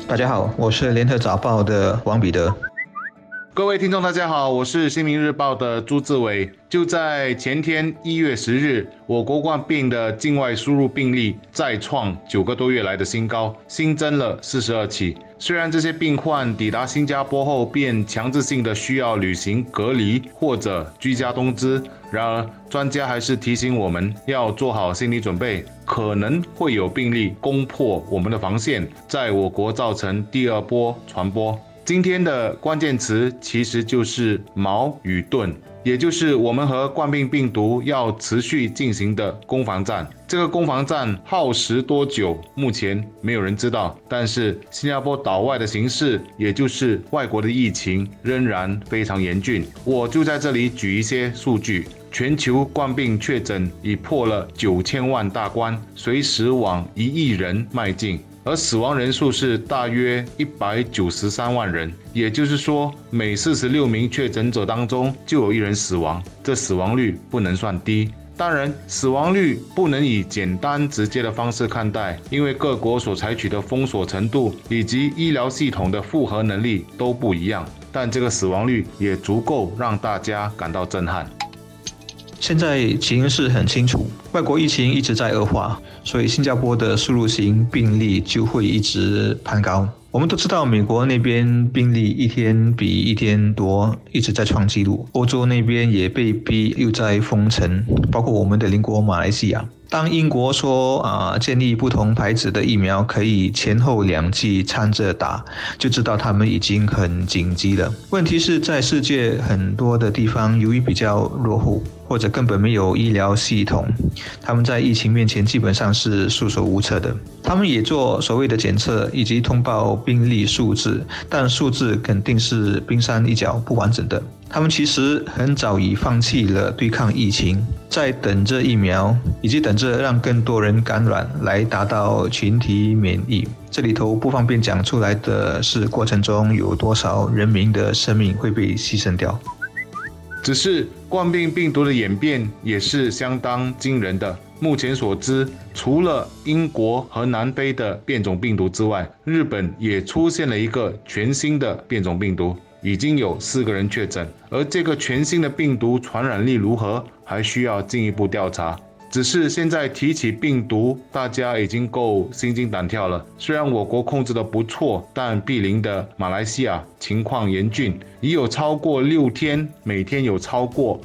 大家好，我是联合早报的王彼得。 各位听众，大家好，我是新民日报的朱志伟。就在前天1月10日，我国冠病的境外输入病例再创9个多月来的新高，新增了42起。虽然这些病患抵达新加坡后便强制性的需要履行隔离或者居家冬资，然而专家还是提醒我们要做好心理准备，可能会有病例攻破我们的防线，在我国造成第二波传播。今天的关键词其实就是矛与盾，也就是我们和冠病病毒要持续进行的攻防战。这个攻防战耗时多久，目前没有人知道，但是新加坡岛外的形势，也就是外国的疫情仍然非常严峻。我就在这里举一些数据。全球冠病确诊已破了9000万大关，随时往1亿人迈进。而死亡人数是大约193万人，也就是说，每46名确诊者当中就有1人死亡，这死亡率不能算低。当然，死亡率不能以简单直接的方式看待，因为各国所采取的封锁程度以及医疗系统的负荷能力都不一样，但这个死亡率也足够让大家感到震撼。 现在情势很清楚，外国疫情一直在恶化，所以新加坡的输入型病例就会一直攀高。我们都知道，美国那边病例一天比一天多，一直在创纪录。欧洲那边也被逼又在封城，包括我们的邻国马来西亚。当英国说建立不同牌子的疫苗可以前后2剂掺着打，就知道他们已经很紧急了。问题是在世界很多的地方，由于比较落后，或者根本没有医疗系统，他们在疫情面前基本上是束手无策的。他们也做所谓的检测以及通报病例数字，但数字肯定是冰山一角，不完整的。他们其实很早已放弃了对抗疫情，在等着疫苗，以及等着让更多人感染来达到群体免疫。这里头不方便讲出来的是，过程中有多少人民的生命会被牺牲掉。 只是冠病病毒的演变也是相当惊人的。目前所知，除了英国和南非的变种病毒之外，日本也出现了一个全新的变种病毒，已经有4个人确诊。而这个全新的病毒传染力如何，还需要进一步调查。只是现在提起病毒，大家已经够心惊胆跳了。虽然我国控制得不错，但毗邻的马来西亚情况严峻，已有超过6天，每天有超过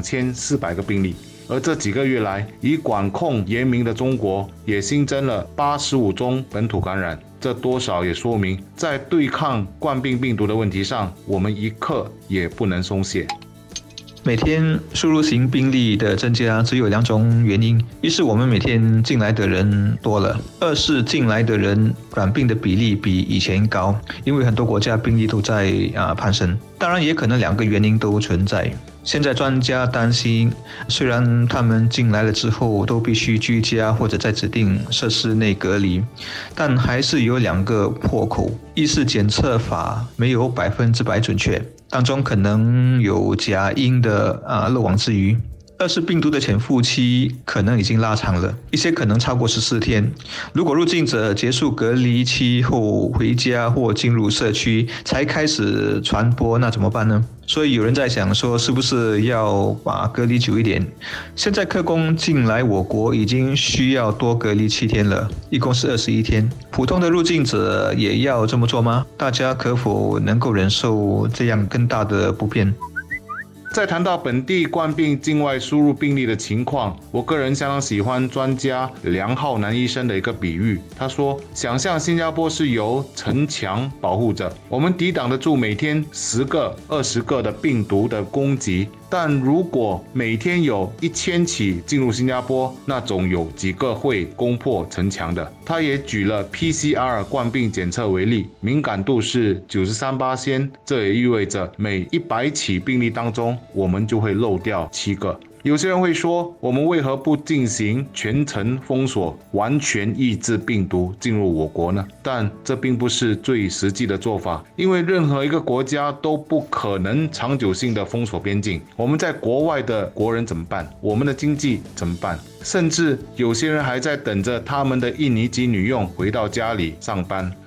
2400个病例。而这几个月来，以管控严明的中国也新增了85宗本土感染，这多少也说明，在对抗冠病病毒的问题上，我们一刻也不能松懈。 每天输入型病例的增加只有2种原因，一是我们每天进来的人多了，二是进来的人染病的比例比以前高，因为很多国家病例都在攀升。当然也可能2个原因都存在。现在专家担心，虽然他们进来了之后都必须居家或者在指定设施内隔离，但还是有2个破口。一是检测法没有100%准确，当中可能有假阴的漏网之鱼。二是病毒的潜伏期可能已经拉长了，一些可能超过14天。如果入境者结束隔离期后回家或进入社区才开始传播，那怎么办呢？所以有人在想说，是不是要把隔离久一点？现在客工进来我国已经需要多隔离7天了，一共是21天。普通的入境者也要这么做吗？大家可否能够忍受这样更大的不便？ 在谈到本地冠病境外输入病例的情况，我个人相当喜欢专家梁浩南医生的一个比喻。他说，想象新加坡是由城墙保护着，我们抵挡得住每天10个、20个的病毒的攻击，但如果每天有1000起进入新加坡，那总有几个会攻破城墙的。他也举了 PCR 冠病检测为例，敏感度是93%，这也意味着每100起病例当中，我们就会漏掉7个。有些人会说，我们为何不进行全程封锁，完全抑制病毒进入我国呢？但这并不是最实际的做法，因为任何一个国家都不可能长久性的封锁边境。我们在国外的国人怎么办？我们的经济怎么办？甚至有些人还在等着他们的印尼籍女佣回到家里上班。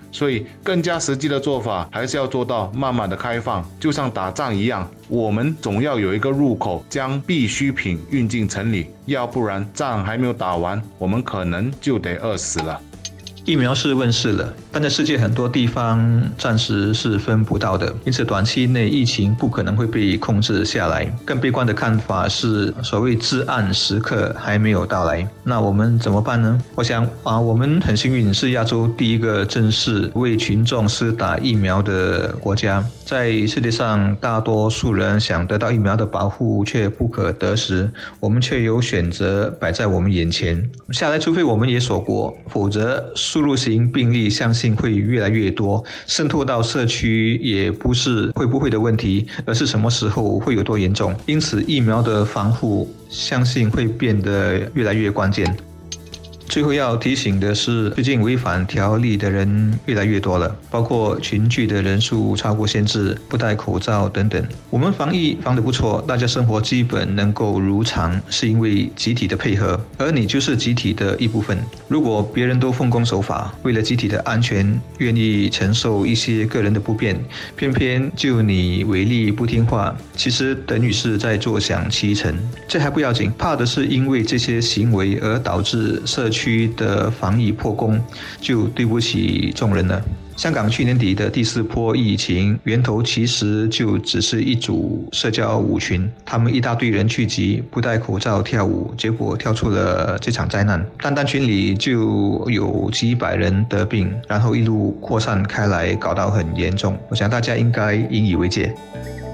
所以更加实际的做法还是要做到慢慢的开放，就像打仗一样，我们总要有一个入口，将必需品运进城里，要不然仗还没有打完，我们可能就得饿死了。 疫苗是问世了，但在世界很多地方暂时是分不到的，因此短期内疫情不可能会被控制下来。更悲观的看法是，所谓至暗时刻还没有到来。那我们怎么办呢？我想我们很幸运是亚洲第一个正式为群众施打疫苗的国家。在世界上大多数人想得到疫苗的保护却不可得时，我们却有选择摆在我们眼前。下来除非我们也锁国，否则输入型病例相信会越来越多，渗透到社区也不是会不会的问题，而是什么时候会有多严重。因此疫苗的防护相信会变得越来越关键。最后要提醒的是，最近违反条例的人越来越多了，包括群聚的人数超过限制、不戴口罩等等。我们防疫防得不错，大家生活基本能够如常，是因为集体的配合，而你就是集体的一部分。如果别人都奉公守法，为了集体的安全，愿意承受一些个人的不便，偏偏就你违例不听话，其实等于是在坐享其成。这还不要紧，怕的是因为这些行为而导致社区的防疫破功，就对不起众人了。香港去年底的第4波疫情源头其实就只是一组社交舞群，他们一大堆人聚集，不戴口罩跳舞，结果跳出了这场灾难。单群里就有几百人得病，然后一路扩散开来，搞到很严重。我想大家应该引以为戒。